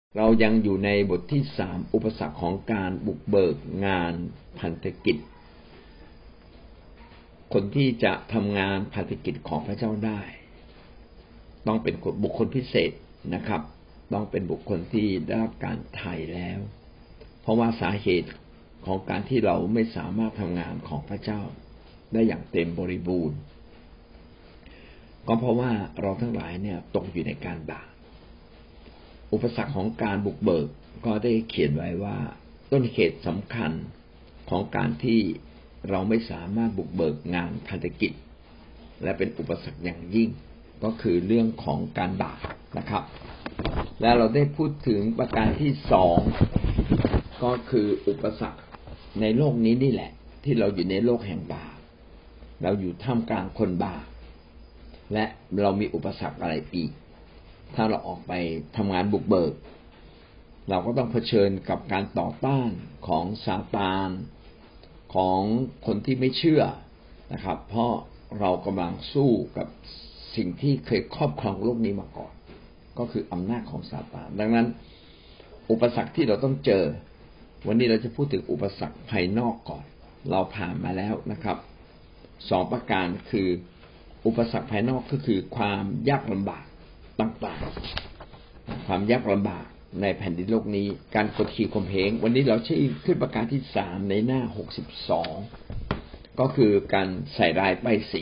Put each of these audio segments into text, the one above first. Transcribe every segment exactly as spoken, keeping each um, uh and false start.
เรายังอยู่ในบทที่สามอุปสรรคของการบุกเบิกงานพันธกิจคนที่จะทำงานพันธกิจของพระเจ้าได้ต้องเป็นบุคคลพิเศษนะครับต้องเป็นบุคคลที่ได้รับการไถ่แล้วเพราะว่าสาเหตุของการที่เราไม่สามารถทำงานของพระเจ้าได้อย่างเต็มบริบูรณ์ก็เพราะว่าเราทั้งหลายเนี่ยตกอยู่ในการบาปอุปสรรคของการบุกเบิกก็ได้เขียนไว้ว่าต้นเหตุสำคัญของการที่เราไม่สามารถบุกเบิกงานพันธกิจและเป็นอุปสรรคอย่างยิ่งก็คือเรื่องของการบาปนะครับและเราได้พูดถึงประการที่สองก็คืออุปสรรคในโลกนี้นี่แหละที่เราอยู่ในโลกแห่งบาปเราอยู่ท่ามกลางคนบาปและเรามีอุปสรรคอะไรอีกถ้าเราออกไปทำงานบุกเบิกเราก็ต้องเผชิญกับการต่อต้านของซาตานของคนที่ไม่เชื่อนะครับเพราะเรากำลังสู้กับสิ่งที่เคยครอบครองโลกนี้มาก่อนก็คืออำนาจของซาตานดังนั้นอุปสรรคที่เราต้องเจอวันนี้เราจะพูดถึงอุปสรรคภายนอกก่อนเราผ่านมาแล้วนะครับสองประการคืออุปสรรคภายนอกก็คือความยากลำบากต่างๆความยากลำบากในแผ่นดินโลกนี้การกดขี่ข่มเหงวันนี้เราชี้ขึ้นประการที่สามในหน้าหกสิบสองก็คือการใส่ร้ายป้ายสี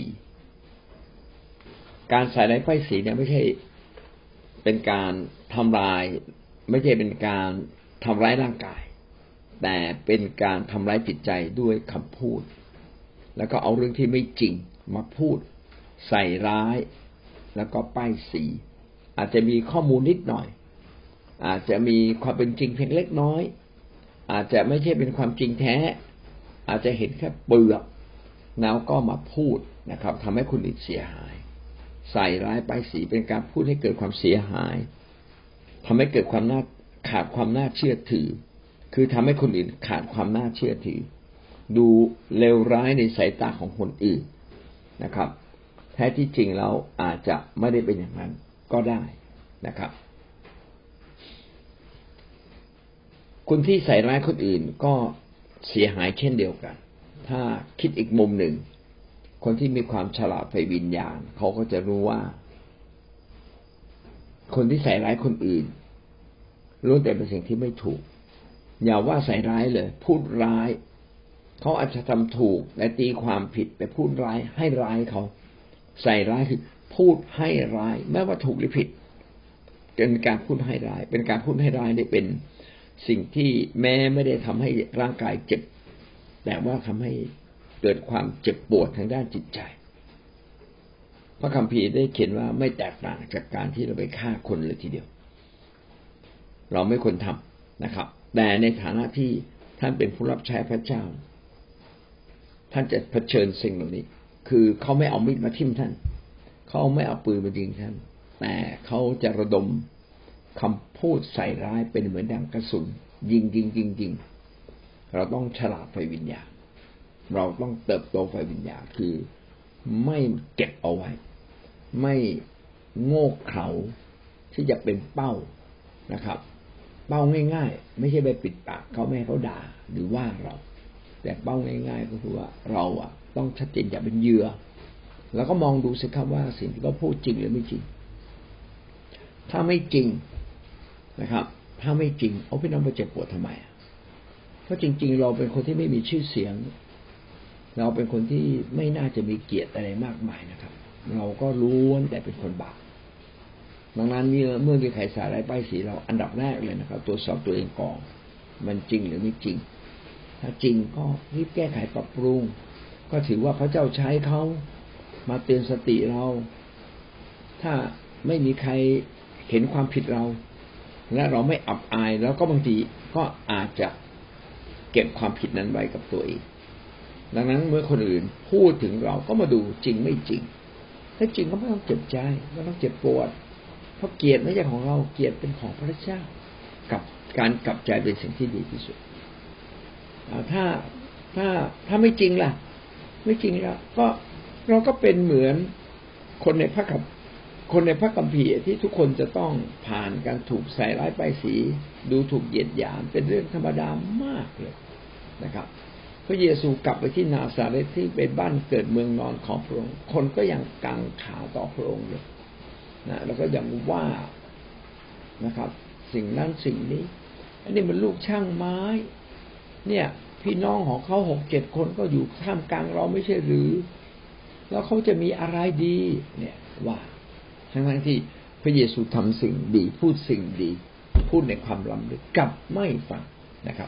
การใส่ร้ายป้ายสีเนี่ยไม่ใช่เป็นการทำลายไม่ใช่เป็นการทำร้ายร่างกายแต่เป็นการทำร้ายจิตใจด้วยคำพูดแล้วก็เอาเรื่องที่ไม่จริงมาพูดใส่ร้ายแล้วก็ป้ายสีอาจจะมีข้อมูลนิดหน่อยอาจจะมีความเป็นจริงเพียงเล็กน้อยอาจจะไม่ใช่เป็นความจริงแท้อาจจะเห็นแค่เปลือกแล้วก็มาพูดนะครับทำให้คนอื่นเสียหายใส่ร้ายป้ายสีเป็นการพูดให้เกิดความเสียหายทำให้เกิดความน่าขาดความน่าเชื่อถือคือทำให้คนอื่นขาดความน่าเชื่อถือดูเลวร้ายในสายตาของคนอื่นนะครับแท้ที่จริงแล้วอาจจะไม่ได้เป็นอย่างนั้นก็ได้นะครับคนที่ใส่ร้ายคนอื่นก็เสียหายเช่นเดียวกันถ้าคิดอีกมุมหนึ่งคนที่มีความฉลาดฝ่ายวิญญาณเขาก็จะรู้ว่าคนที่ใส่ร้ายคนอื่นล้วนแต่เป็นสิ่งที่ไม่ถูกอย่าว่าใส่ร้ายเลยพูดร้ายเขาอาจจะทำถูกแต่ตีความผิดไปพูดร้ายให้ร้ายเขาใส่ร้ายคือพูดให้ร้ายไม่ว่าถูกหรือผิดเป็นการพูดให้ร้ายเป็นการพูดให้ร้ายได้เป็นสิ่งที่แม้ไม่ได้ทำให้ร่างกายเจ็บแต่ว่าทำให้เกิดความเจ็บปวดทางด้านจิตใจพระคัมภีร์ได้เขียนว่าไม่แตกต่างจากการที่เราไปฆ่าคนเลยทีเดียวเราไม่ควรทำนะครับแต่ในฐานะที่ท่านเป็นผู้รับใช้พระเจ้าท่านจะเผชิญสิ่งเหล่านี้คือเขาไม่เอามีดมาทิ่มท่านเขาไม่เอาปืนมายิงท่านแต่เขาจะระดมคำพูดใส่ร้ายเป็นเหมือนดังกระสุนยิงยิงยิงยิงเราต้องฉลาดฝ่ายวิญญาณเราต้องเติบโตฝ่ายวิญญาณคือไม่เก็บเอาไว้ไม่โง่เขลาที่จะเป็นเป้านะครับเป้าง่ายๆไม่ใช่ไปปิดปากเขาไม่ให้เขาด่าหรือว่าเราแต่เป้าง่ายๆก็คือว่าเราอ่ะต้องชัดเจนอย่าเป็นเหยื่อแล้วก็มองดูสิครับว่าสิ่งที่เขาพูดจริงหรือไม่จริงถ้าไม่จริงนะครับถ้าไม่จริงเอาพี่น้องไปเจ็บปวดทำไมเพราะจริงๆเราเป็นคนที่ไม่มีชื่อเสียงเราเป็นคนที่ไม่น่าจะมีเกียรติอะไรมากมายนะครับเราก็ล้วนแต่เป็นคนบาปดังนั้นเมื่อเมื่อมีใครใส่ร้ายป้ายสีเราอันดับแรกเลยนะครับตรวจสอบตัวเองก่อนมันจริงหรือไม่จริงถ้าจริงก็รีบแก้ไขปรับปรุงก็ถือว่าพระเจ้าใช้เขามาเตือนสติเราถ้าไม่มีใครเห็นความผิดเราและเราไม่อับอายแล้วก็บางทีก็อาจจะเก็บความผิดนั้นไว้กับตัวเองดังนั้นเมื่อคนอื่นพูดถึงเราก็มาดูจริงไม่จริงถ้าจริงก็ไม่ต้องเจ็บใจไม่ต้องเจ็บปวดเพราะเกียรติไม่ใช่ของเราเกียรติเป็นของพระเจ้ากับการกลับใจเป็นสิ่งที่ดีที่สุดถ้าถ้าถ้าไม่จริงล่ะไม่จริงแล้วก็เราก็เป็นเหมือนคนในพระคัมคนในพระคัมภีร์ที่ทุกคนจะต้องผ่านการถูกใส่ร้ายป้ายสีดูถูกเหยียดหยามเป็นเรื่องธรรมดามากเลยนะครับพระเยซูกลับไปที่นาซาเรตที่เป็นบ้านเกิดเมืองนอนของพระองค์คนก็ยังกังขาต่อพระองค์เลยนะแล้วก็ยังว่านะครับสิ่งนั้นสิ่งนี้อันนี้มันลูกช่างไม้เนี่ยพี่น้องของเขาหกเจ็ดคนก็อยู่ท่ามกลางเราไม่ใช่หรือแล้วเขาจะมีอะไรดีเนี่ยว่าทั้งที่พระเยซูทำสิ่งดีพูดสิ่งดีพูดในความล้ำลึกกลับไม่ฟังนะครับ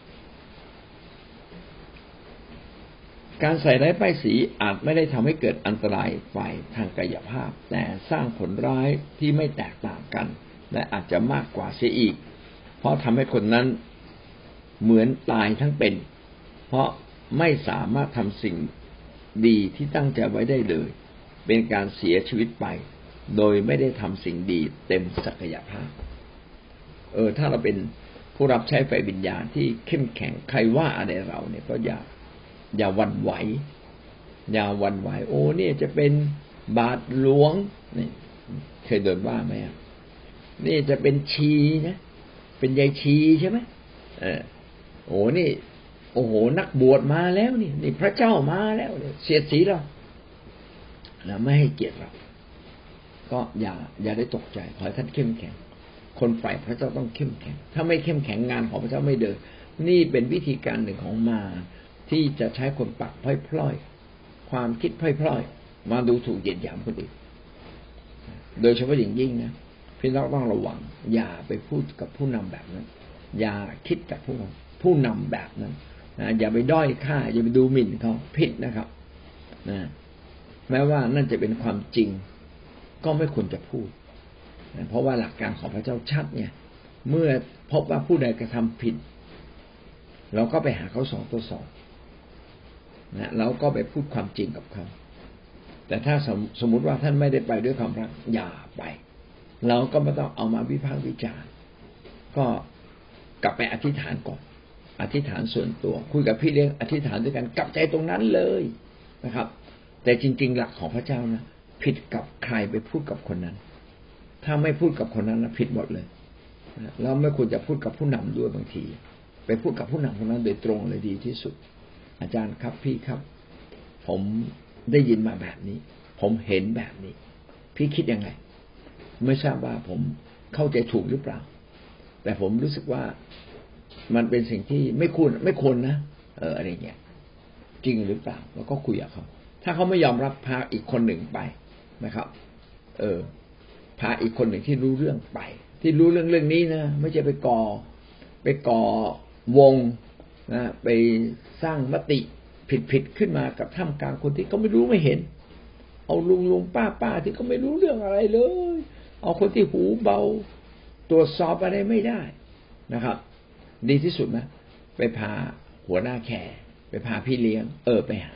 การใส่ร้ายป้ายสีอาจไม่ได้ทำให้เกิดอันตรายฝ่ายทางกายภาพแต่สร้างผลร้ายที่ไม่แตกต่างกันและอาจจะมากกว่าเสียอีกเพราะทำให้คนนั้นเหมือนตายทั้งเป็นเพราะไม่สามารถทำสิ่งดีที่ตั้งใจไว้ได้เลยเป็นการเสียชีวิตไปโดยไม่ได้ทำสิ่งดีเต็มศักยภาพเออถ้าเราเป็นผู้รับใช้ไฟวิญญาณที่เข้มแข็งใครว่าอะไรเราเนี่ยก็อย่าอย่าหวั่นไหวอย่าหวั่นไหวโอ้เนี่ยจะเป็นบาทหลวงนี่เคยโดนว่าไหมนี่จะเป็นชีนะเป็นยายชีใช่ไหมเออโอ้นี่โอ้โหนักบวชมาแล้วนี่นี่พระเจ้ามาแล้วเสียดสีเราแล้วไม่ให้เกียรติเราก็อย่าอย่าได้ตกใจขอให้ท่านเข้มแข็งคนฝ่ายพระเจ้าต้องเข้มแข็งถ้าไม่เข้มแข็งงานของพระเจ้าไม่เดินนี่เป็นวิธีการหนึ่งของมารที่จะใช้คนปักพล่อยๆความคิดพล่อยๆมาดูถูกเหยียดหยามคนอื่นโดยเฉพาะอย่างยิ่งนะพี่น้องต้องระวังอย่าไปพูดกับผู้นำแบบนั้นอย่าคิดกับผู้ผู้นำแบบนั้นนะอย่าไปด้อยค่าอย่าไปดูหมิ่นเขาผิดนะครับนะแม้ว่านั่นจะเป็นความจริงก็ไม่ควรจะพูดนะเพราะว่าหลักการของพระเจ้าชัดเนี่ยเมื่อพบว่าผู้ใดกระทำผิดเราก็ไปหาเขาสองต่อสองนะเราก็ไปพูดความจริงกับเขาแต่ถ้าสมมุติว่าท่านไม่ได้ไปด้วยความรักอย่าไปเราก็ไม่ต้องเอามาวิพากษ์วิจารณ์ก็กลับไปอธิษฐานก่อนอธิษฐานส่วนตัวคุยกับพี่เลี้ยงอธิษฐานด้วยกันกลับใจตรงนั้นเลยนะครับแต่จริงๆหลักของพระเจ้านะผิดกับใครไปพูดกับคนนั้นถ้าไม่พูดกับคนนั้นนะผิดหมดเลยเราไม่ควรจะพูดกับผู้นำด้วยบางทีไปพูดกับผู้นำคนนั้นโดยตรงเลยดีที่สุดอาจารย์ครับพี่ครับผมได้ยินมาแบบนี้ผมเห็นแบบนี้พี่คิดยังไงไม่ทราบว่าผมเข้าใจถูกหรือเปล่าแต่ผมรู้สึกว่ามันเป็นสิ่งที่ไม่ควรไม่ควรนะเอออะไรเงี้ยจริงหรือเปล่าแล้วก็คุยกับเขาถ้าเขาไม่ยอมรับพาอีกคนหนึ่งไปนะครับเออพาอีกคนหนึ่งที่รู้เรื่องไปที่รู้เรื่องเรื่องนี้นะไม่ใช่ไปก่อไปก่อวงนะไปสร้างมติผิดๆขึ้นมากับท่ามกลางคนที่เขาไม่รู้ไม่เห็นเอาลุงลุงป้าป้าที่เขาไม่รู้เรื่องอะไรเลยเอาคนที่หูเบาตรวจสอบอะไรไม่ได้นะครับดีที่สุดนะไปพาหัวหน้าแขกไปพาพี่เลี้ยงเออไปหา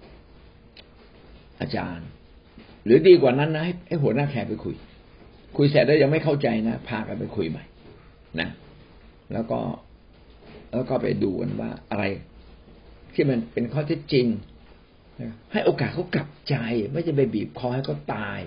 อาจารย์หรือดีกว่านั้นนะให้ให้หัวหน้าแขกไปคุยคุยเสร็จแล้วยังไม่เข้าใจนะพากันไปคุยใหม่นะแล้วก็แล้วก็ไปดูกันว่าอะไรที่มันเป็นข้อเท็จจริงให้โอกาสเขากลับใจไม่จะไปบีบคอให้เขาตาย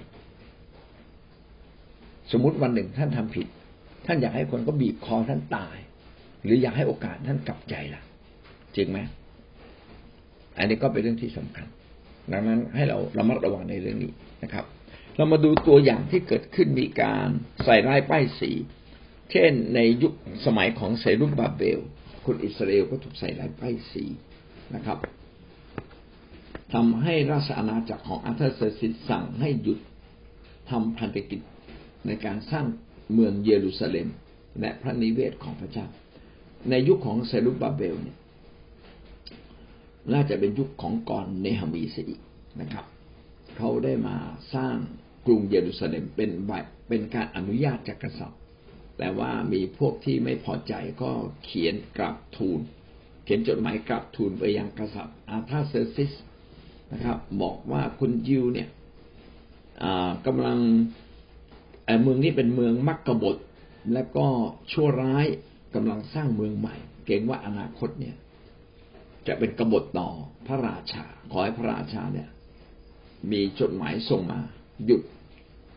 สมมุติวันหนึ่งท่านทำผิดท่านอยากให้คนก็บีบคอท่านตายหรืออยากให้โอกาสท่านกลับใจล่ะจริงไหมอันนี้ก็เป็นเรื่องที่สำคัญดังนั้นให้เราระมัดระวังในเรื่องนี้นะครับเรามาดูตัวอย่างที่เกิดขึ้นมีการใส่ร้ายป้ายสีเช่นในยุคสมัยของเซรุบบาเบลคนอิสราเอลก็ถูกใส่ร้ายป้ายสีนะครับทำให้ราชอาณาจักรของอาร์เธอร์เซอร์ซิสสั่งให้หยุดทำพันธกิจในการสร้างเมืองเยรูซาเล็มและพระนิเวศของพระเจ้าในยุคของเซรุบบาเบลเนี่ยน่าจะเป็นยุคของก่อนเนหะมีอีกนะครับเขาได้มาสร้างกรุงเยรูซาเล็มเป็นเป็นการอนุญาตจากกษัตริย์แต่ว่ามีพวกที่ไม่พอใจก็เขียนกราบทูลเขียนจดหมายกราบทูลไปยังกษัตริย์อาร์เธอร์เซอร์ซิสนะครับบอกว่าคุณยิวเนี่ยกำลังเมืองนี้เป็นเมืองมักกบฏและก็ชั่วร้ายกำลังสร้างเมืองใหม่เกรงว่าอนาคตเนี่ยจะเป็นกบฏต่อพระราชาขอให้พระราชาเนี่ยมีจดหมายส่งมาหยุด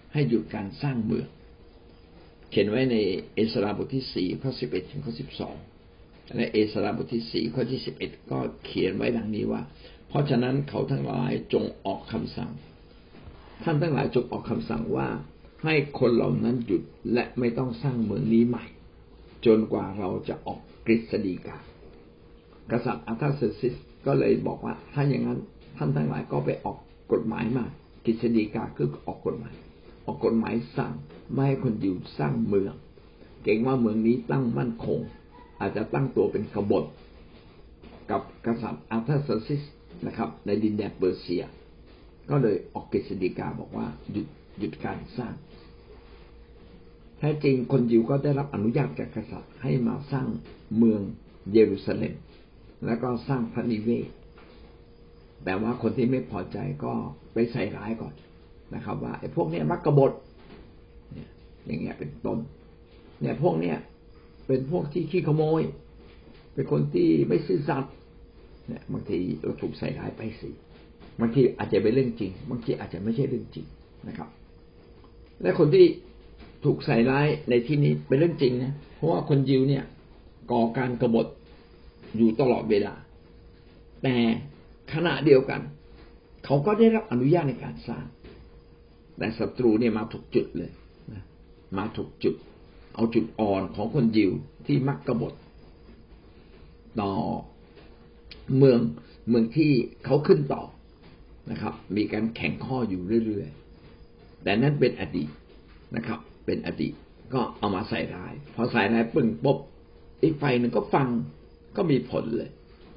ให้หยุดการสร้างเมืองเขียนไว้ในเอสราบทที่สี่ข้อสิบเอ็ดถึงข้อสิบสองในเอสราบทที่สี่ข้อที่สิบเอ็ดก็เขียนไว้ดังนี้ว่าเพราะฉะนั้นเขาทั้งหลายจงออกคำสั่งท่านทั้งหลายจงออกคำสั่งว่าให้คนเหล่านั้นหยุดและไม่ต้องสร้างเมืองนี้ใหม่จนกว่าเราจะออกกฤษฎีกากษัตริย์อาร์ทัเซอร์ซิสก็เลยบอกว่าถ้าอย่างนั้นท่านทั้งหลายก็ไปออกกฎหมายมากฤษฎีกาคือออกกฎหมายออกกฎหมายสั่งไม่ให้คนยิวสร้างเมืองเกรงว่าเมืองนี้ตั้งมั่นคงอาจจะตั้งตัวเป็นกบฏกับกษัตริย์อาร์ทัเซอร์ซิสนะครับในดินแดนเปอร์เซียก็เลยออกกฤษฎีกาบอกว่าหยุดหยุดการสร้างแท้จริงคนยิวก็ได้รับอนุญาตจากกษัตริย์ให้มาสร้างเมืองเยรูซาเล็มแล้วก็สร้างพระนิเวศแต่ว่าคนที่ไม่พอใจก็ไปใส่ร้ายก่อนนะครับว่าไอ้พวกนี้มักกบฏเนี่ยอย่างเงี้ยเป็นต้นเนี่ยพวกเนี้ยเป็นพวกที่ขี้ขโมยเป็นคนที่ไม่ซื่อสัตย์เนี่ยบางทีเราถูกใส่ร้ายไปสิบางทีอาจจะเป็นเรื่องจริงบางทีอาจจะไม่ใช่เรื่องจริงนะครับและคนที่ถูกใส่ร้ายในที่นี้เป็นเรื่องจริงนะเพราะว่าคนยิวเนี่ยก่อการกบฏอยู่ตลอดเวลาแต่ขณะเดียวกันเขาก็ได้รับอนุญาตในการสร้างแต่ศัตรูเนี่ยมาถูกจุดเลยนะมาถูกจุดเอาจุดอ่อนของคนยิวที่มักกบฏต่อเมืองเมืองที่เขาขึ้นต่อนะครับมีการแข่งข้ออยู่เรื่อยๆแต่นั้นเป็นอดีตนะครับเป็นอดีตก็เอามาใส่ร้ายพอใส่ร้ายปึ้งปุ๊บอีกฝ่ายหนึ่งก็ฟังก็มีผลเลย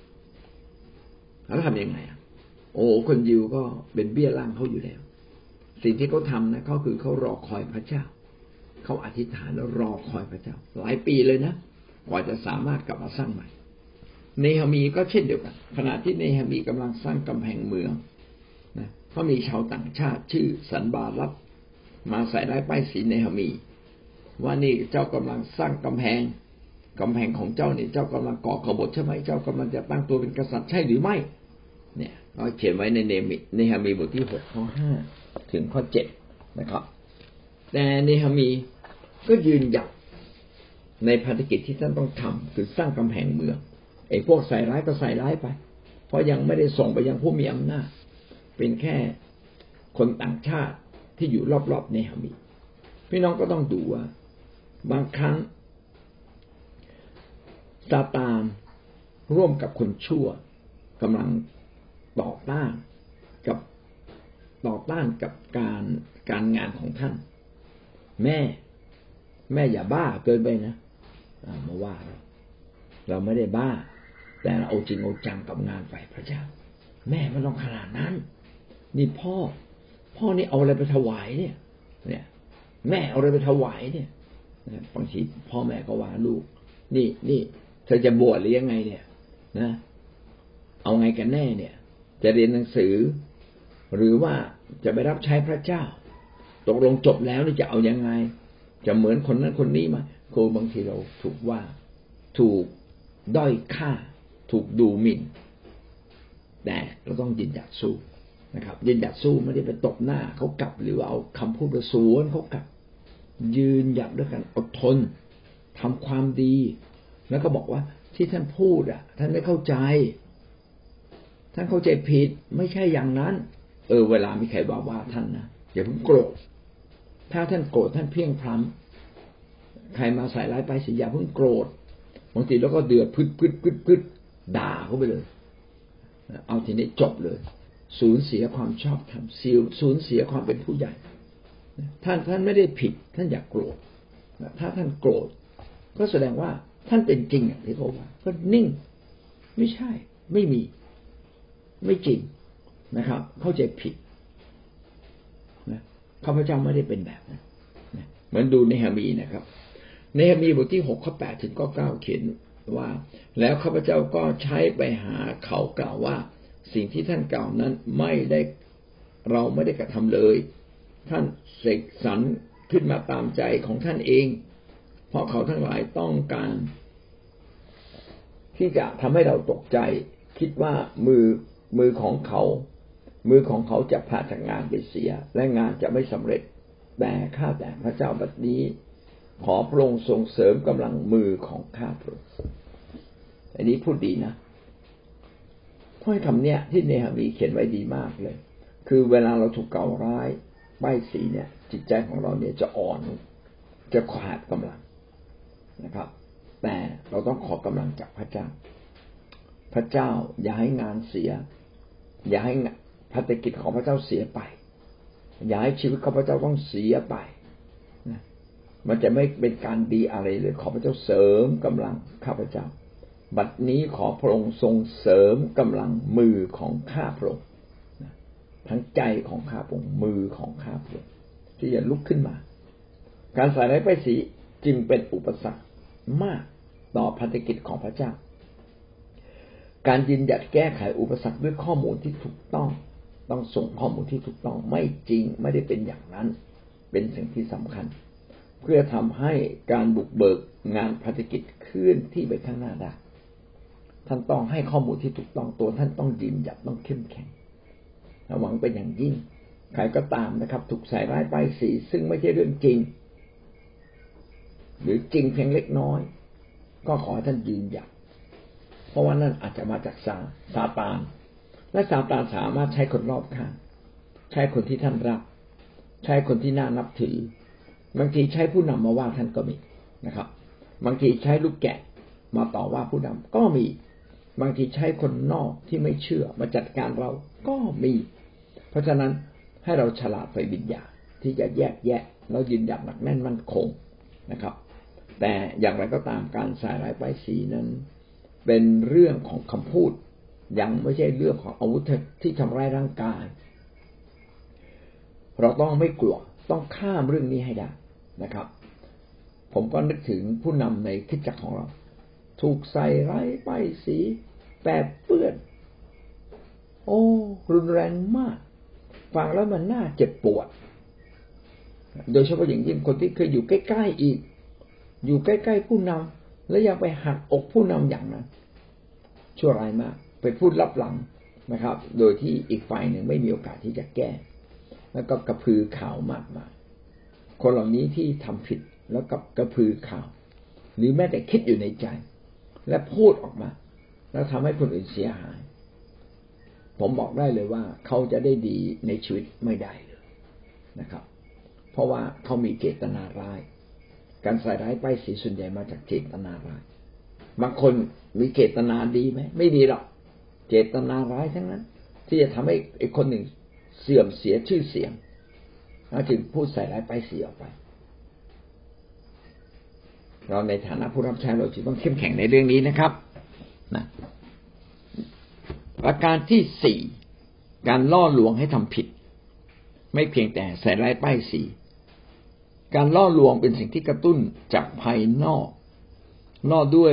แล้วทำยังไงอ่ะโอ้คนยิวก็เป็นเบี้ยล่างเขาอยู่แล้วสิ่งที่เขาทำนะก็คือเขารอคอยพระเจ้าเขาอธิษฐานแล้วรอคอยพระเจ้าหลายปีเลยนะกว่าจะสามารถกลับมาสร้างใหม่เนหะมีก็เช่นเดียวกันขณะที่เนหะมีกำลังสร้างกำแพงเมืองนะก็มีชาวต่างชาติชื่อสันบารัตมาใส่ร้ายป้ายสีเนหะมีว่านี่เจ้ากำลังสร้างกำแพงกำแพงของเจ้านี่เจ้ากำลังก่อกบฏใช่ไหมเจ้ากำลังจะตั้งตัวเป็นกษัตริย์ใช่หรือไม่เนี่ยก็เขียนไว้ในเนหะมีบทที่หกข้อห้าถึงข้อเจ็ดนะครับแต่เนหะมีก็ยืนหยัดในภารกิจที่ท่านต้องทำคือสร้างกำแพงเมืองไอ้พวกใส่ร้ายก็ใส่ร้ายไปเพราะยังไม่ได้ส่งไปยังผู้มีอำนาจเป็นแค่คนต่างชาติที่อยู่รอบๆเนหะมีพี่น้องก็ต้องดูว่าบางครั้งซาตานร่วมกับคนชั่วกำลังต่อต้านกับต่อต้านกับการการงานของท่านแม่แม่อย่าบ้าเกินไปนะมาว่าเราเราไม่ได้บ้าแต่เราเอาจริงเอาจังกับงานฝ่ายพระเจ้าแม่ไม่ต้องขนาดนั้นนี่พ่อพ่อนี่เอาอะไรไปถวายเนี่ยเนี่ยแม่เอาอะไรไปถวายเนี่ยบางทีพ่อแม่ก็ว่าลูกนี่นี่เธอจะบวชหรือยังไงเนี่ยนะเอาไงกันแน่เนี่ยจะเรียนหนังสือหรือว่าจะไปรับใช้พระเจ้าตกลงจบแล้วนี่จะเอายังไงจะเหมือนคนนั้นคนนี้มาโคบางทีเราถูกว่าถูกด้อยค่าถูกดูหมิ่นแต่เราต้องยืนหยัดสู้นะครับยืนหยัดสู้ไม่ได้ไปตบหน้าเขากลับหรือว่าเอาคำพูดไปสวนเขากลับยืนหยัดด้วยกันอดทนทำความดีแล้วก็บอกว่าที่ท่านพูดอ่ะท่านไม่เข้าใจท่านเข้าใจผิดไม่ใช่อย่างนั้นเออเวลามีใครบอกว่าท่านนะอย่าเพิ่งโกรธถ้าท่านโกรธท่านเพี้ยงพล้ำใครมาใส่ร้ายไปสิอย่าเพิ่งโกรธบางทีแล้วก็เดือดพึดพึดพึดพึดด่าเขาไปเลยเอาทีนี้จบเลยสูญเสียความชอบธรรมสูญเสียความเป็นผู้ใหญ่ท่านท่านไม่ได้ผิดท่านอย่าโกรธถ้าท่านโกรธก็แสดงว่าท่านเป็นจริงอย่างที่เขาว่าก็นิ่งไม่ใช่ไม่มีไม่จริงนะครับเข้าใจผิดนะข้าพเจ้าไม่ได้เป็นแบบนั้นเหมือนดูเนหะมีนะครับเนหะมีบทที่หกข้อแปดถึงข้อเก้าเขียนว่าแล้วข้าพเจ้าก็ใช้ไปหาเขากล่าวว่าสิ่งที่ท่านกล่าวนั้นไม่ได้เราไม่ได้กระทำเลยท่านเสกสรรขึ้นมาตามใจของท่านเองเพราะเขาทั้งหลายต้องการที่จะทำให้เราตกใจคิดว่ามือมือของเขามือของเขาจะพาจากงานไปเสียและงานจะไม่สำเร็จแต่ข้าแต่พระเจ้าบัดนี้ขอพระองค์ทรงเสริมกำลังมือของข้าพระองค์อันนี้พูดดีนะถ้อยคำเนี้ยที่เนหะมีเขียนไว้ดีมากเลยคือเวลาเราถูกกล่าวร้ายป้ายสีเนี่ยจิตใจของเราเนี่ยจะอ่อนจะขาดกำลังนะครับแต่เราต้องขอกำลังจากพระเจ้าพระเจ้าอย่าให้งานเสียอย่าให้ภารกิจของพระเจ้าเสียไปอย่าให้ชีวิตของพระเจ้าต้องเสียไปนะมันจะไม่เป็นการดีอะไรเลยขอพระเจ้าเสริมกำลังข้าพเจ้าบัดนี้ขอพระองค์ทรงเสริมกำลังมือของข้าพระองค์ทั้งใจของข้าพระองค์มือของข้าพระองค์ที่จะลุกขึ้นมาการใส่ร้ายป้ายสีจึงเป็นอุปสรรคมากต่อภารกิจของพระเจ้าการยืนหยัดแก้ไขอุปสรรคด้วยข้อมูลที่ถูกต้องต้องส่งข้อมูลที่ถูกต้องไม่จริงไม่ได้เป็นอย่างนั้นเป็นสิ่งที่สำคัญเพื่อทำให้การบุกเบิกงานภารกิจเคลื่อนที่ไปข้างหน้าได้ท่านต้องให้ข้อมูลที่ถูกต้องตัวท่านต้องยืนหยัดต้องเข้มแข็งหวังเป็นอย่างยิ่งใครก็ตามนะครับถูกใส่ร้ายป้ายสีซึ่งไม่ใช่เรื่องจริงหรือจริงเพียงเล็กน้อยก็ขอให้ท่านยืนหยัดเพราะว่านั่นอาจจะมาจากซาซาตานและซาตานสามารถใช้คนรอบข้างใช้คนที่ท่านรักใช้คนที่น่านับถือบางทีใช้ผู้นำมาว่าท่านก็มีนะครับบางทีใช้ลูกแกะมาต่อว่าผู้นำก็มีบางทีใช้คนนอกที่ไม่เชื่อมาจัดการเราก็มีเพราะฉะนั้นให้เราฉลาดไฟวิญญาณที่จะแยกแยะแล้วยืนหยัดหนักแน่นมั่นคงนะครับแต่อย่างไรก็ตามการใส่ร้ายป้ายสีนั้นเป็นเรื่องของคำพูดยังไม่ใช่เรื่องของอาวุธที่ทำร้ายร่างกายเราต้องไม่กลัวต้องข้ามเรื่องนี้ให้ได้นะครับผมก็นึกถึงผู้นำในคริสตจักรของเราถูกใส่ร้ายป้ายสีแปดเปื้อนโอ้รุนแรงมากฟังแล้วมันน่าเจ็บปวดโดยเฉพาะอย่างยิ่งคนที่เคยอยู่ใกล้ๆอีกอยู่ใกล้ๆผู้นำแล้วยังไปหักอกผู้นำอย่างนั้นชั่วร้ายมากไปพูดลับหลังนะครับโดยที่อีกฝ่ายหนึ่งไม่มีโอกาสที่จะแก้แล้วก็กระพือข่าวมากมายคนเหล่านี้ที่ทำผิดแล้วก็กระพือข่าวหรือแม้แต่คิดอยู่ในใจและพูดออกมาแล้วทำให้คนอื่นเสียหายผมบอกได้เลยว่าเขาจะได้ดีในชีวิตไม่ได้เลยนะครับเพราะว่าเขามีเจตนาร้ายการใส่ร้ายป้ายสีส่วนใหญ่มาจากเจตนาร้ายบางคนมีเจตนาดีไหมไม่ดีหรอกเจตนาร้ายทั้งนั้นที่จะทำให้ไอ้คนหนึ่งเสื่อมเสียชื่อเสียงจึงพูดใส่ร้ายป้ายสีออกไปเราในฐานะผู้รับใช้เราจึงต้องเข้มแข็งในเรื่องนี้นะครับนะประการที่สี่การล่อลวงให้ทำผิดไม่เพียงแต่ใส่ร้ายป้ายสีการล่อลวงเป็นสิ่งที่กระตุ้นจากภายนอกล่อด้วย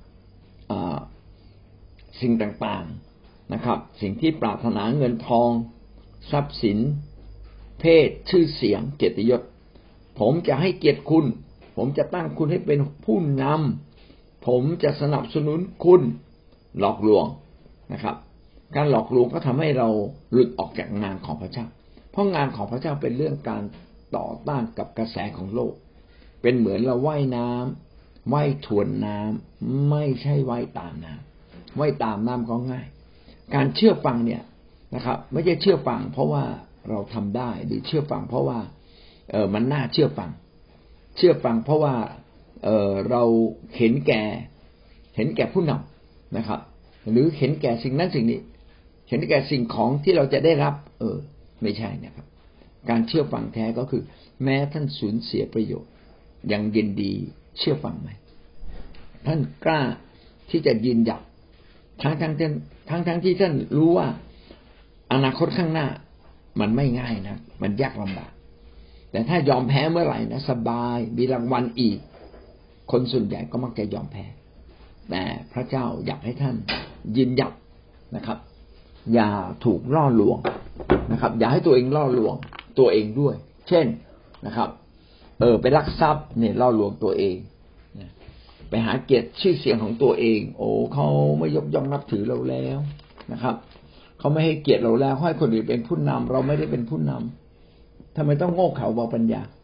สิ่งต่างๆนะครับสิ่งที่ปรารถนาเงินทองทรัพย์สินเพศชื่อเสียงเกียรติยศผมจะให้เกียรติคุณผมจะตั้งคุณให้เป็นผู้นำผมจะสนับสนุนคุณหลอกลวงนะครับการหลอกลวงก็ทำให้เราหลุดออกจากงานของพระเจ้าเพราะงานของพระเจ้าเป็นเรื่องการต่อต้านกับกระแสของโลกเป็นเหมือนเราว่ายน้ำว่ายทวนน้ำไม่ใช่ว่ายตามน้ำว่ายตามน้ำก็ง่ายการเชื่อฟังเนี่ยนะครับไม่ใช่เชื่อฟังเพราะว่าเราทำได้หรือเชื่อฟังเพราะว่าเออมันน่าเชื่อฟังเชื่อฟังเพราะว่าเออเราเห็นแก่เห็นแก่ผู้นำนะครับหรือเห็นแก่สิ่งนั้นสิ่งนี้เห็นแก่สิ่งของที่เราจะได้รับเออไม่ใช่นะครับการเชื่อฟังแท้ก็คือแม้ท่านสูญเสียประโยชน์ยังยินดีเชื่อฟังไหมท่านกล้าที่จะยืนหยัดทั้งทั้งทั้งทั้งทั้งที่ท่านรู้ว่าอนาคตข้างหน้ามันไม่ง่ายนะมันยากลำบากแต่ถ้ายอมแพ้เมื่อไหร่นะสบายมีรางวัลอีกคนส่วนใหญ่ก็มักจะยอมแพ้แต่พระเจ้าอยากให้ท่านยืนหยัดนะครับอย่าถูกล่อลวงนะครับอย่าให้ตัวเองล่อลวงตัวเองด้วยเช่นนะครับเออไปลักทรัพย์เนี่ยล่อลวงตัวเองไปหาเกียรติชื่อเสียงของตัวเองโอ้เขาไม่ยกย่องนับถือเราแล้วนะครับเขาไม่ให้เกียรติเราแล้วให้คนอื่นเป็นผู้นำเราไม่ได้เป็นผู้นำทำไมต้องโง่เขลาเบาปัญญา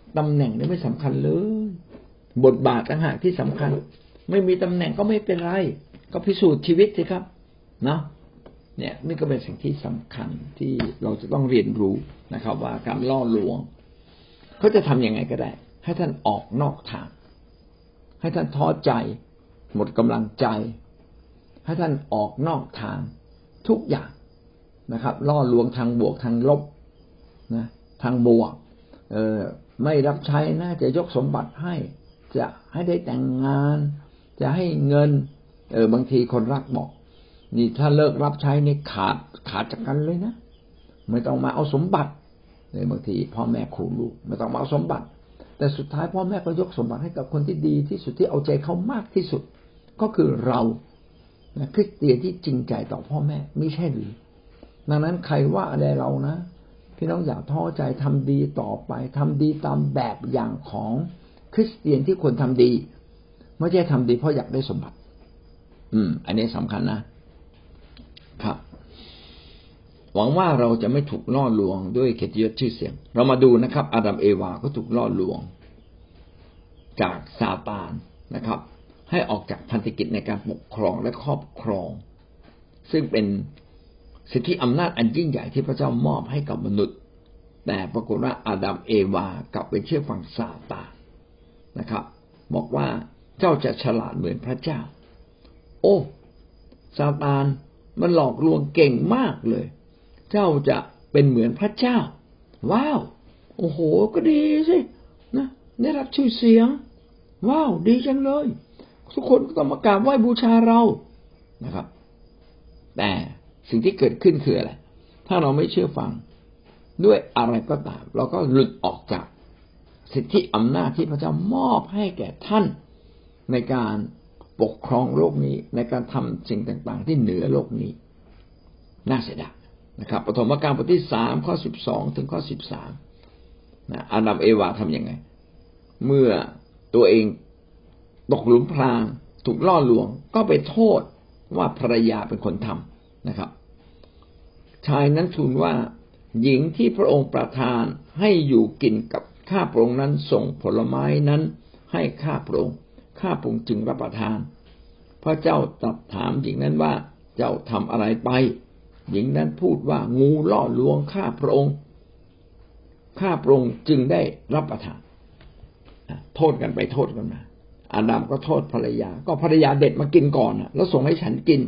ตำแหน่งนี่ไม่สำคัญเลยบทบาทต่างหากที่สำคัญไม่มีตำแหน่งก็ไม่เป็นไรก็พิสูจน์ชีวิตสิครับเนาะเนี่ยนี่ก็เป็นสิ่งที่สำคัญที่เราจะต้องเรียนรู้นะครับว่าการล่อลวงเขาจะทำยังไงก็ได้ให้ท่านออกนอกทางให้ท่านท้อใจหมดกำลังใจให้ท่านออกนอกทางทุกอย่างนะครับล่อลวงทางบวกทางลบนะทางบวกเออไม่รับใช้นะจะยกสมบัติให้จะให้ได้แต่งงานจะให้เงินเออบางทีคนรักบอกนี่ถ้าเลิกรับใช้นี่ขาดขาดจากกันเลยนะไม่ต้องมาเอาสมบัติเลยบางทีพ่อแม่ขู่ลูกไม่ต้องมาเอาสมบัติแต่สุดท้ายพ่อแม่ก็ยกสมบัติให้กับคนที่ดีที่สุดที่เอาใจเขามากที่สุดก็คือเราคริสเตียนที่จริงใจต่อพ่อแม่ไม่ใช่หรือดังนั้นใครว่าอะไรเรานะพี่น้องอย่าท้อใจทำดีต่อไปทำดีตามแบบอย่างของคริสเตียนที่ควรทำดีไม่ใช่ทำดีเพราะอยากได้สมบัติอืมอันนี้สำคัญนะครับหวังว่าเราจะไม่ถูกล่อลวงด้วยเกียรติยศชื่อเสียงเรามาดูนะครับอาดัมเอวาก็ถูกล่อลวงจากซาตานนะครับให้ออกจากพันธกิจในการปกครองและครอบครองซึ่งเป็นสิทธิอำนาจอันยิ่งใหญ่ที่พระเจ้ามอบให้กับมนุษย์แต่ปรากฏว่าอาดัมเอวากลับไปเชื่อฟังซาตานนะครับบอกว่าเจ้าจะฉลาดเหมือนพระเจ้าโอ้ซาตานมันหลอกลวงเก่งมากเลยเจ้าจะเป็นเหมือนพระเจ้าว้าวโอ้โหก็ดีสินะได้รับชื่อเสียงว้าวดีจังเลยทุกคนก็ต้องมากราบไหว้บูชาเรานะครับแต่สิ่งที่เกิดขึ้นคืออะไรถ้าเราไม่เชื่อฟังด้วยอะไรก็ตามเราก็หลุดออกจากสิทธิอำนาจที่พระเจ้ามอบให้แก่ท่านในการปกครองโลกนี้ในการทำสิ่งต่างๆที่เหนือโลกนี้น่าเสียดายนะครับปฐมกาลบทที่สามข้อสิบสองถึงข้อสิบสามนะอาดัมเอวาทำยังไงเมื่อตัวเองตกหลุมพรางถูกล่อลวงก็ไปโทษว่าภรรยาเป็นคนทำนะครับชายนั้นทูลว่าหญิงที่พระองค์ประทานให้อยู่กินกับข้าพระองค์นั้นส่งผลไม้นั้นให้ข้าพระองค์ข้าพระองค์จึงรับประทานพระเจ้าตรัสถามหญิงนั้นว่าเจ้าทำอะไรไปหญิงนั้นพูดว่างูล่อลวงข้าพระองค์ข้าพระองค์จึงได้รับประทานโทษกันไปโทษกันมาอาดัมก็โทษภรรยาก็ภรรยาเด็ดมากินก่อนแล้วส่งให้ฉันกิน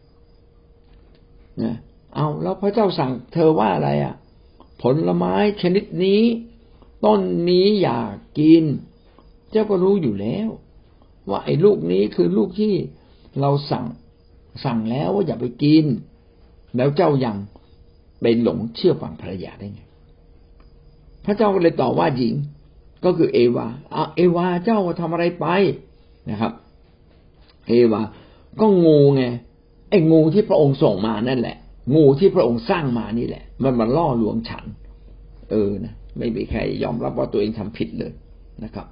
นะเอาแล้วพระเจ้าสั่งเธอว่าอะไรอ่ะผลไม้ชนิดนี้ต้นนี้อย่ากินเจ้าก็รู้อยู่แล้วว่าไอ้ลูกนี้คือลูกที่เราสั่งสั่งแล้วว่าอย่าไปกินแล้วเจ้ายังไปหลงเชื่อฟังภรรยาได้ไงพระเจ้าก็เลยตอบว่าหญิงก็คือเอวาอ่ะเอวาเจ้าทำอะไรไปนะครับเอวาก็งูไงไอ้งูที่พระองค์ส่งมานั่นแหละงูที่พระองค์สร้างมานี่แหละมันมาล่อลวงฉันเออนะไม่มีใครยอมรับว่าตัวเองทำผิดเลยนะครับ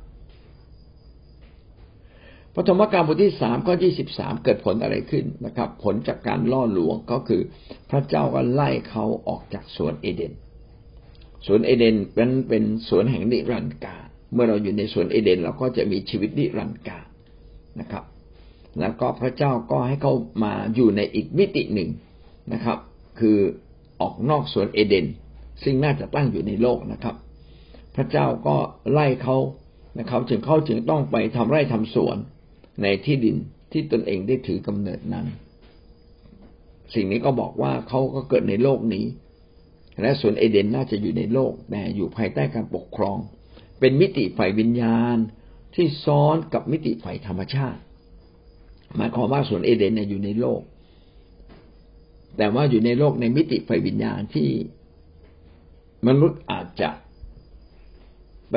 ปฐมกาลบทที่สามข้อยี่สิบสามเกิดผลอะไรขึ้นนะครับผลจากการล่อลวงก็คือพระเจ้าก็ไล่เขาออกจากสวนเอเดนสวนเอเดนเป็นเป็นสวนแห่งนิรันดร์กาลเมื่อเราอยู่ในสวนเอเดนเราก็จะมีชีวิตนิรันดร์กาลนะครับแล้วก็พระเจ้าก็ให้เขามาอยู่ในอีกมิติหนึ่งนะครับคือออกนอกสวนเอเดนซึ่งน่าจะตั้งอยู่ในโลกนะครับพระเจ้าก็ไล่เขานะครับจึงเขาจึงต้องไปทำไร่ทำสวนในที่ดินที่ตนเองได้ถือกำเนิดนั้นสิ่งนี้ก็บอกว่าเขาก็เกิดในโลกนี้และสวนเอเดนน่าจะอยู่ในโลกแต่อยู่ภายใต้การปกครองเป็นมิติฝ่ายวิญญาณที่ซ้อนกับมิติฝ่ายธรรมชาติหมายความว่าสวนเอเดนเนี่ยอยู่ในโลกแต่ว่าอยู่ในโลกในมิติฝ่ายวิญญาณที่มนุษย์อาจจะไป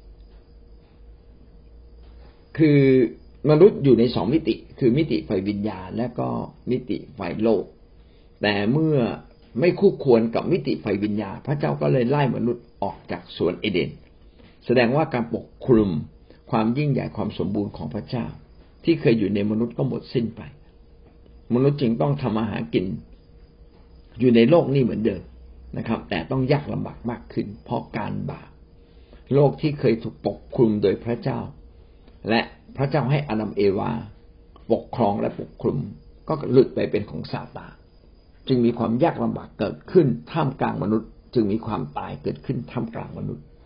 คือมนุษย์อยู่ในสองมิติคือมิติฝ่ายวิญญาณและก็มิติฝ่ายโลกแต่เมื่อไม่คู่ควรกับมิติฝ่ายวิญญาณพระเจ้าก็เลยไล่มนุษย์ออกจากสวนเอเดนแสดงว่าการปกคลุมความยิ่งใหญ่ความสมบูรณ์ของพระเจ้าที่เคยอยู่ในมนุษย์ก็หมดสิ้นไปมนุษย์จึงต้องทำอาหารกินอยู่ในโลกนี้เหมือนเดิมนะครับแต่ต้องยากลำบากมากขึ้นเพราะการบาปโลกที่เคยถูกปกคลุมโดยพระเจ้าและพระเจ้าให้อาดัมเอวาปกครองและปกคลุมก็หลุดไปเป็นของซาตานจึงมีความยากลำบากเกิดขึ้นท่ามกลางมนุษย์จึงมีความตายเกิดขึ้นท่ามกลางมนุษย์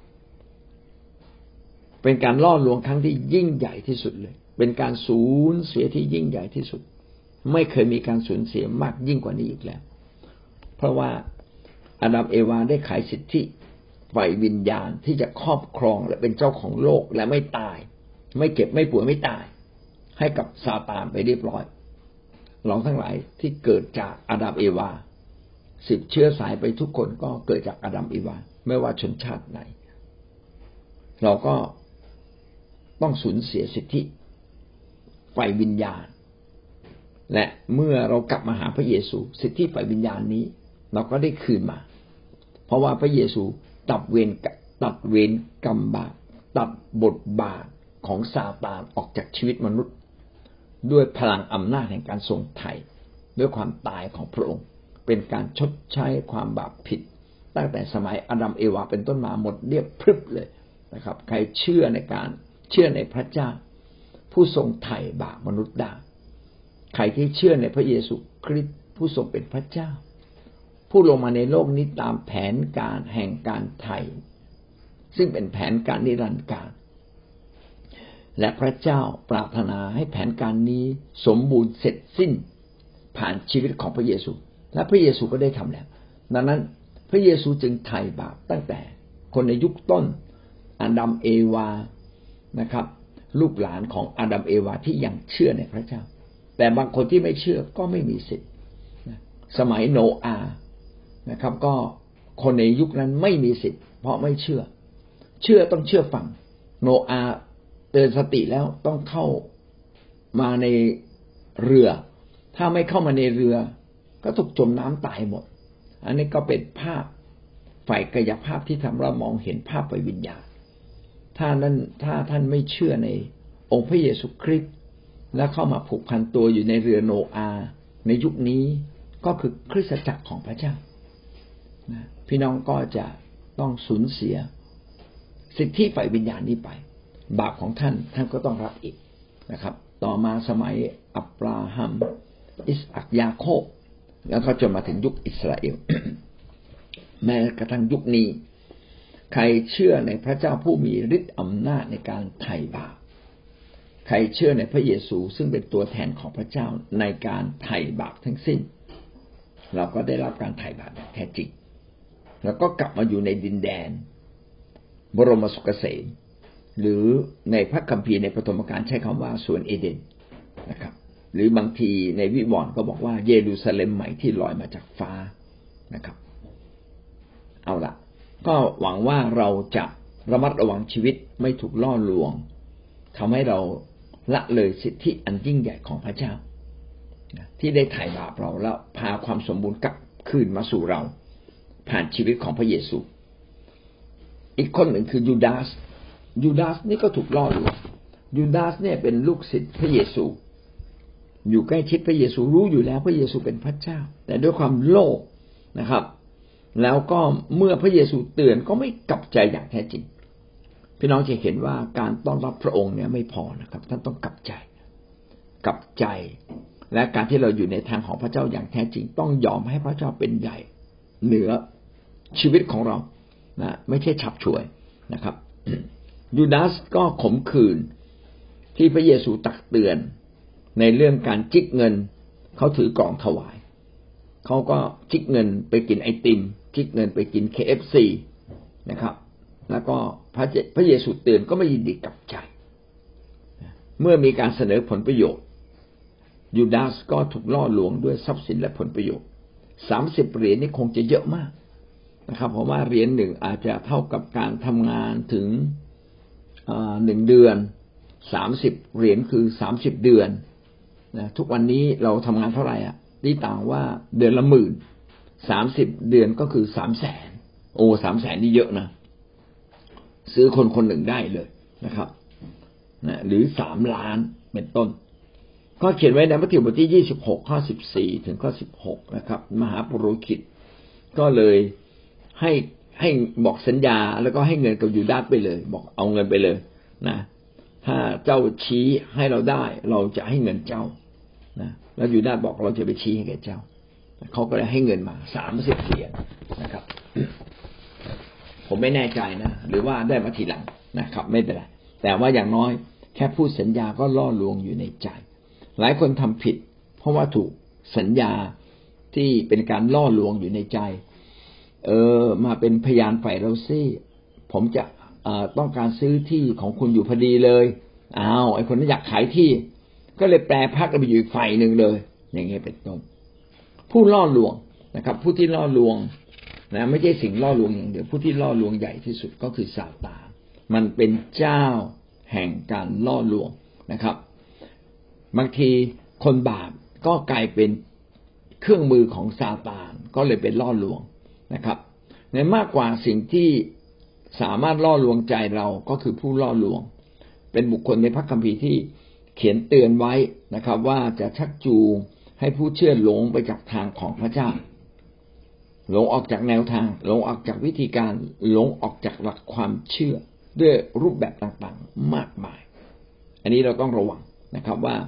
เป็นการล่อลวงครั้งที่ยิ่งใหญ่ที่สุดเลยเป็นการสูญเสียที่ยิ่งใหญ่ที่สุดไม่เคยมีการสูญเสียมากยิ่งกว่านี้อีกแล้วเพราะว่าอาดัมเอวาได้ขายสิทธิฝ่ายวิญญาณที่จะครอบครองและเป็นเจ้าของโลกและไม่ตายไม่เก็บไม่ป่วยไม่ตายให้กับซาตานไปเรียบร้อยเราทั้งหลายที่เกิดจากอาดัมเอวาสืบเชื้อสายไปทุกคนก็เกิดจากอาดัมเอวาไม่ว่าชนชาติไหนเราก็ต้องสูญเสียสิทธิฝ่ายวิญญาณและเมื่อเรากลับมาหาพระเยซูสิทธิฝ่ายวิญญาณนี้เราก็ได้คืนมาเพราะว่าพระเยซูตัดเวรตัดเวรกรรมบาปตัดบทบาทของซาตานออกจากชีวิตมนุษย์ด้วยพลังอำนาจแห่งการทรงไถ่ด้วยความตายของพระองค์เป็นการชดใช้ความบาปผิดตั้งแต่สมัยอาดัมเอวาเป็นต้นมาหมดเรียบพรึบเลยนะครับใครเชื่อในการเชื่อในพระเจ้าผู้ทรงไถ่บาปมนุษย์ได้ใครที่เชื่อในพระเยซูคริสต์ผู้ทรงเป็นพระเจ้าผู้ลงมาในโลกนี้ตามแผนการแห่งการไถ่ซึ่งเป็นแผนการนิรันดร์กาลและพระเจ้าปรารถนาให้แผนการนี้สมบูรณ์เสร็จสิ้นผ่านชีวิตของพระเยซูและพระเยซูก็ได้ทำแล้วดังนั้นพระเยซูจึงไถ่บาปตั้งแต่คนในยุคต้นอาดัมเอวานะครับลูกหลานของอาดัมเอวาที่ยังเชื่อในพระเจ้าแต่บางคนที่ไม่เชื่อก็ไม่มีสิทธิ์สมัยโนอาห์นะครับก็คนในยุคนั้นไม่มีสิทธิ์เพราะไม่เชื่อเชื่อต้องเชื่อฟังโนอาห์เตือนสติแล้วต้องเข้ามาในเรือถ้าไม่เข้ามาในเรือก็ถูกจมน้ำตายหมดอันนี้ก็เป็นภาพฝ่ายกายภาพที่ทำเรามองเห็นภาพฝ่ายวิญญาณถ้านั้นถ้าท่านไม่เชื่อในองค์พระเยซูคริสต์และเข้ามาผูกพันตัวอยู่ในเรือโนอาห์ในยุคนี้ก็คือคริสตจักรของพระเจ้านะพี่น้องก็จะต้องสูญเสียสิทธิฝ่ายวิญญาณนี้ไปบาปของท่านท่านก็ต้องรับอีกนะครับต่อมาสมัยอับราฮัมอิสอัคยาโคบแล้วก็จนมาถึงยุคอิสราเอล แม้กระทั่งยุคนี้ใครเชื่อในพระเจ้าผู้มีฤทธิ์อำนาจในการไถ่บาปใครเชื่อในพระเยซูซึ่งเป็นตัวแทนของพระเจ้าในการไถ่บาปทั้งสิ้นเราก็ได้รับการไถ่บาปอย่างแท้จริงแล้วก็กลับมาอยู่ในดินแดนบรมสุขเกษมหรือในพระคัมภีร์ในปฐมกาลใช้คำว่าสวนเอเดนนะครับหรือบางทีในวิวรณ์ก็บอกว่าเยรูซาเล็มใหม่ที่ลอยมาจากฟ้านะครับเอาล่ะก็หวังว่าเราจะระมัดระวังชีวิตไม่ถูกล่อลวงทำให้เราละเลยสิทธิอันยิ่งใหญ่ของพระเจ้าที่ได้ไถ่บาปเราแล้วพาความสมบูรณ์กลับคืนมาสู่เราผ่านชีวิตของพระเยซูอีกคนหนึ่งคือยูดาสยูดาสนี่ก็ถูกล่อลวงยูดาสเนี่ยเป็นลูกศิษย์พระเยซูอยู่ใกล้ชิดพระเยซูรู้อยู่แล้วพระเยซูเป็นพระเจ้าแต่ด้วยความโลภนะครับแล้วก็เมื่อพระเยซูเตือนก็ไม่กลับใจอย่างแท้จริงพี่น้องจะเห็นว่าการต้อนรับพระองค์เนี่ยไม่พอนะครับท่านต้องกลับใจกลับใจและการที่เราอยู่ในทางของพระเจ้าอย่างแท้จริงต้องยอมให้พระเจ้าเป็นใหญ่เหนือชีวิตของเรานะไม่ใช่ฉับฉวยนะครับ ยูดาสก็ขมขื่นที่พระเยซูตักเตือนในเรื่องการจิกเงินเขาถือกล่องถวายเขาก็จิกเงินไปกินไอติมจิกเงินไปกิน เค เอฟ ซี นะครับแล้วก็พระพระเยซูเตือนก็ไม่ยินดีกลับใจเมื่อมีการเสนอผลประโยชน์ยูดาสก็ถูกล่อลวงด้วยทรัพย์สินและผลประโยชน์สามสิบเหรียญนี่คงจะเยอะมากนะครับเพราะว่าเหรียญหนึ่งอาจจะเท่ากับการทำงานถึงหนึ่งเดือนสามสิบเหรียญคือสามสิบเดือนนะทุกวันนี้เราทำงานเท่าไหร่อ่ะนี่ต่างว่าเดือนละหมื่นสามสิบเดือนก็คือสามแสนโอ้สามแสนนี่เยอะนะซื้อคนคนหนึ่งได้เลยนะครับนะหรือสามล้านเป็นต้นก็เขียนไว้ในมัทธิวบทที่ยี่สิบหกข้อสิบสี่ถึงข้อสิบหกนะครับมหาปุโรหิตก็เลยให้ให้บอกสัญญาแล้วก็ให้เงินกับยูดาสไปเลยบอกเอาเงินไปเลยนะถ้าเจ้าชี้ให้เราได้เราจะให้เงินเจ้านะแล้วยูดาสบอกเราจะไปชี้ให้แก่เจ้าเขาก็เลยให้เงินมาสามสิบเหรียญนะครับผมไม่แน่ใจนะหรือว่าได้มาทีหลังนะครับไม่เป็นไรแต่ว่าอย่างน้อยแค่พูดสัญญาก็ล่อลวงอยู่ในใจหลายคนทำผิดเพราะว่าถูกสัญญาที่เป็นการล่อลวงอยู่ในใจเออมาเป็นพยานฝ่ายเราซิผมจะต้องการซื้อที่ของคุณอยู่พอดีเลยอ้าวไอ้คนนั้นอยากขายที่ก็เลยแปรพักไปอยู่อีกฝ่ายหนึ่งเลยอย่างเงี้ยเป็นต้นผู้ล่อลวงนะครับผู้ที่ล่อลวงนะไม่ใช่สิ่งล่อลวงอย่างเดียวผู้ที่ล่อลวงใหญ่ที่สุดก็คือซาตานมันเป็นเจ้าแห่งการล่อลวงนะครับบางทีคนบาปก็กลายเป็นเครื่องมือของซาตานก็เลยเป็นล่อลวงนะครับในมากกว่าสิ่งที่สามารถล่อลวงใจเราก็คือผู้ล่อลวงเป็นบุคคลในพระคัมภีร์ที่เขียนเตือนไว้นะครับว่าจะชักจูงให้ผู้เชื่อหลงไปจากทางของพระเจ้าหลงออกจากแนวทางหลงออกจากวิธีการหลงออกจากหลักความเชื่อด้วยรูปแบบต่างๆมากมายอันนี้เราต้องระวังนะครับว่า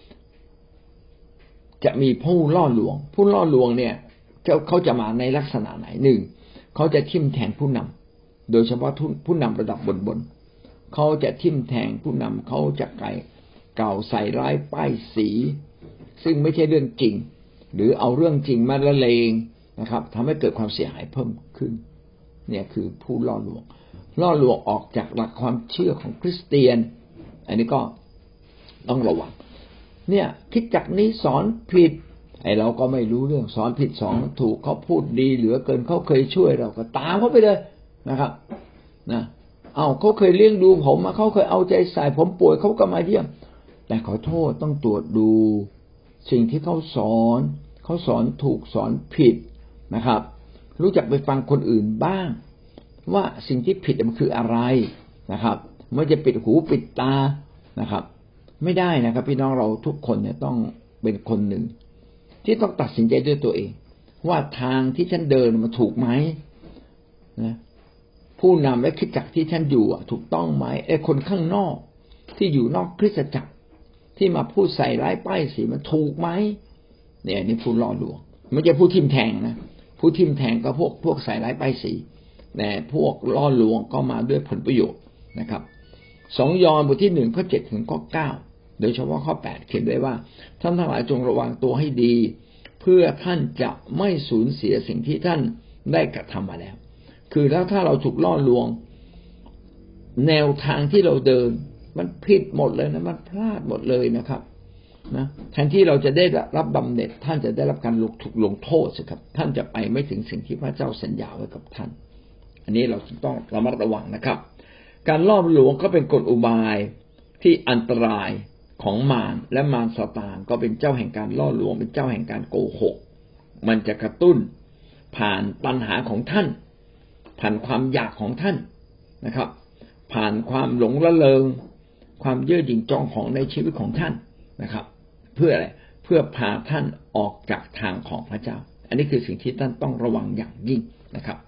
จะมีผู้ล่อลวงผู้ล่อลวงเนี่ยเขาจะมาในลักษณะไหนหนึ่งเขาจะทิ่มแทงผู้นำโดยเฉพาะผู้นำระดับบนๆเขาจะทิ่มแทงผู้นำเขาจะไก่เก่าใส่ร้ายป้ายสีซึ่งไม่ใช่เรื่องจริงหรือเอาเรื่องจริงมาละเลงนะครับทำให้เกิดความเสียหายเพิ่มขึ้นเนี่ยคือผู้ล่อลวงล่อลวงออกจากหลักความเชื่อของคริสเตียนอันนี้ก็ต้องระวังเนี่ยคิดจักนี้สอนผิดไอ้เราก็ไม่รู้เรื่องสอนผิดสอนถูกเขาพูดดีเหลือเกินเขาเคยช่วยเราก็ตามเขาไปเลยนะครับนะเอ้าเขาเคยเลี้ยงดูผมมาเขาเคยเอาใจใส่ผมป่วยเขาก็มาเยี่ยมแต่ขอโทษต้องตรวจดูสิ่งที่เขาสอนเขาสอนถูกสอนผิดนะครับรู้จักไปฟังคนอื่นบ้างว่าสิ่งที่ผิดมันคืออะไรนะครับไม่จะปิดหูปิดตานะครับไม่ได้นะครับพี่น้องเราทุกคนเนี่ยต้องเป็นคนหนึ่งที่ต้องตัดสินใจด้วยตัวเองว่าทางที่ฉันเดินมันถูกไหมนะผู้นำและคริสตจักรที่ฉันอยู่ถูกต้องไหมไอ้คนข้างนอกที่อยู่นอกคริสตจักรที่มาพูดใส่ร้ายป้ายสีมันถูกไหมเนี่ยนี่ผู้ล่อลวงไม่ใช่ผู้ทิ่มแทงนะผู้ทิ่มแทงก็พวกพวกใส่ร้ายป้ายสีแต่พวกล่อลวงก็มาด้วยผลประโยชน์นะครับสองยอห์นบทที่หนึ่งข้อเจ็ดถึงข้อเก้าโดยเฉพาะข้อแปดเขียนไว้ว่าท่านทั้งหลายจงระวังตัวให้ดีเพื่อท่านจะไม่สูญเสียสิ่งที่ท่านได้กระทำมาแล้วคือแล้วถ้าเราถูกล่อลวงแนวทางที่เราเดินมันผิดหมดเลยนะมันพลาดหมดเลยนะครับนะแทนที่เราจะได้รับบำเหน็จท่านจะได้รับการถูกลงโทษสิครับท่านจะไปไม่ถึงสิ่งที่พระเจ้าสัญญาไว้กับท่านอันนี้เราต้องระมัดระวังนะครับการล่อลวงก็เป็นกลอุบายที่อันตรายของมารและมารซาตานก็เป็นเจ้าแห่งการล่อลวงเป็นเจ้าแห่งการโกหกมันจะกระตุ้นผ่านปัญหาของท่านผ่านความอยากของท่านนะครับผ่านความหลงละเลงความเย่อหยิ่งจองของในชีวิตของท่านนะครับเพื่ออะไรเพื่อพาท่านออกจากทางของพระเจ้าอันนี้คือสิ่งที่ท่านต้องระวังอย่างยิ่งนะครับ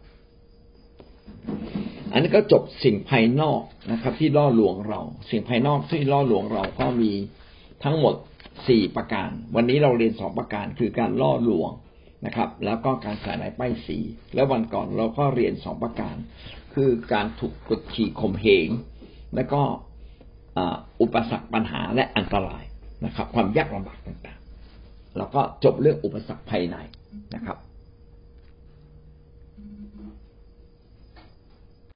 อันนี้ก็จบสิ่งภายนอกนะครับที่ล่อลวงเราสิ่งภายนอกที่ล่อลวงเราก็มีทั้งหมดสี่ประการวันนี้เราเรียนสองประการคือการล่อลวงนะครับแล้วก็การใส่ร้ายป้ายสีแล้ววันก่อนเราก็เรียนสองประการคือการถูกกดขี่ข่มเหงแล้วก็อุปสรรคปัญหาและอันตรายนะครับความยากลำบากต่างๆแล้วก็จบเรื่องอุปสรรคภายในนะครับ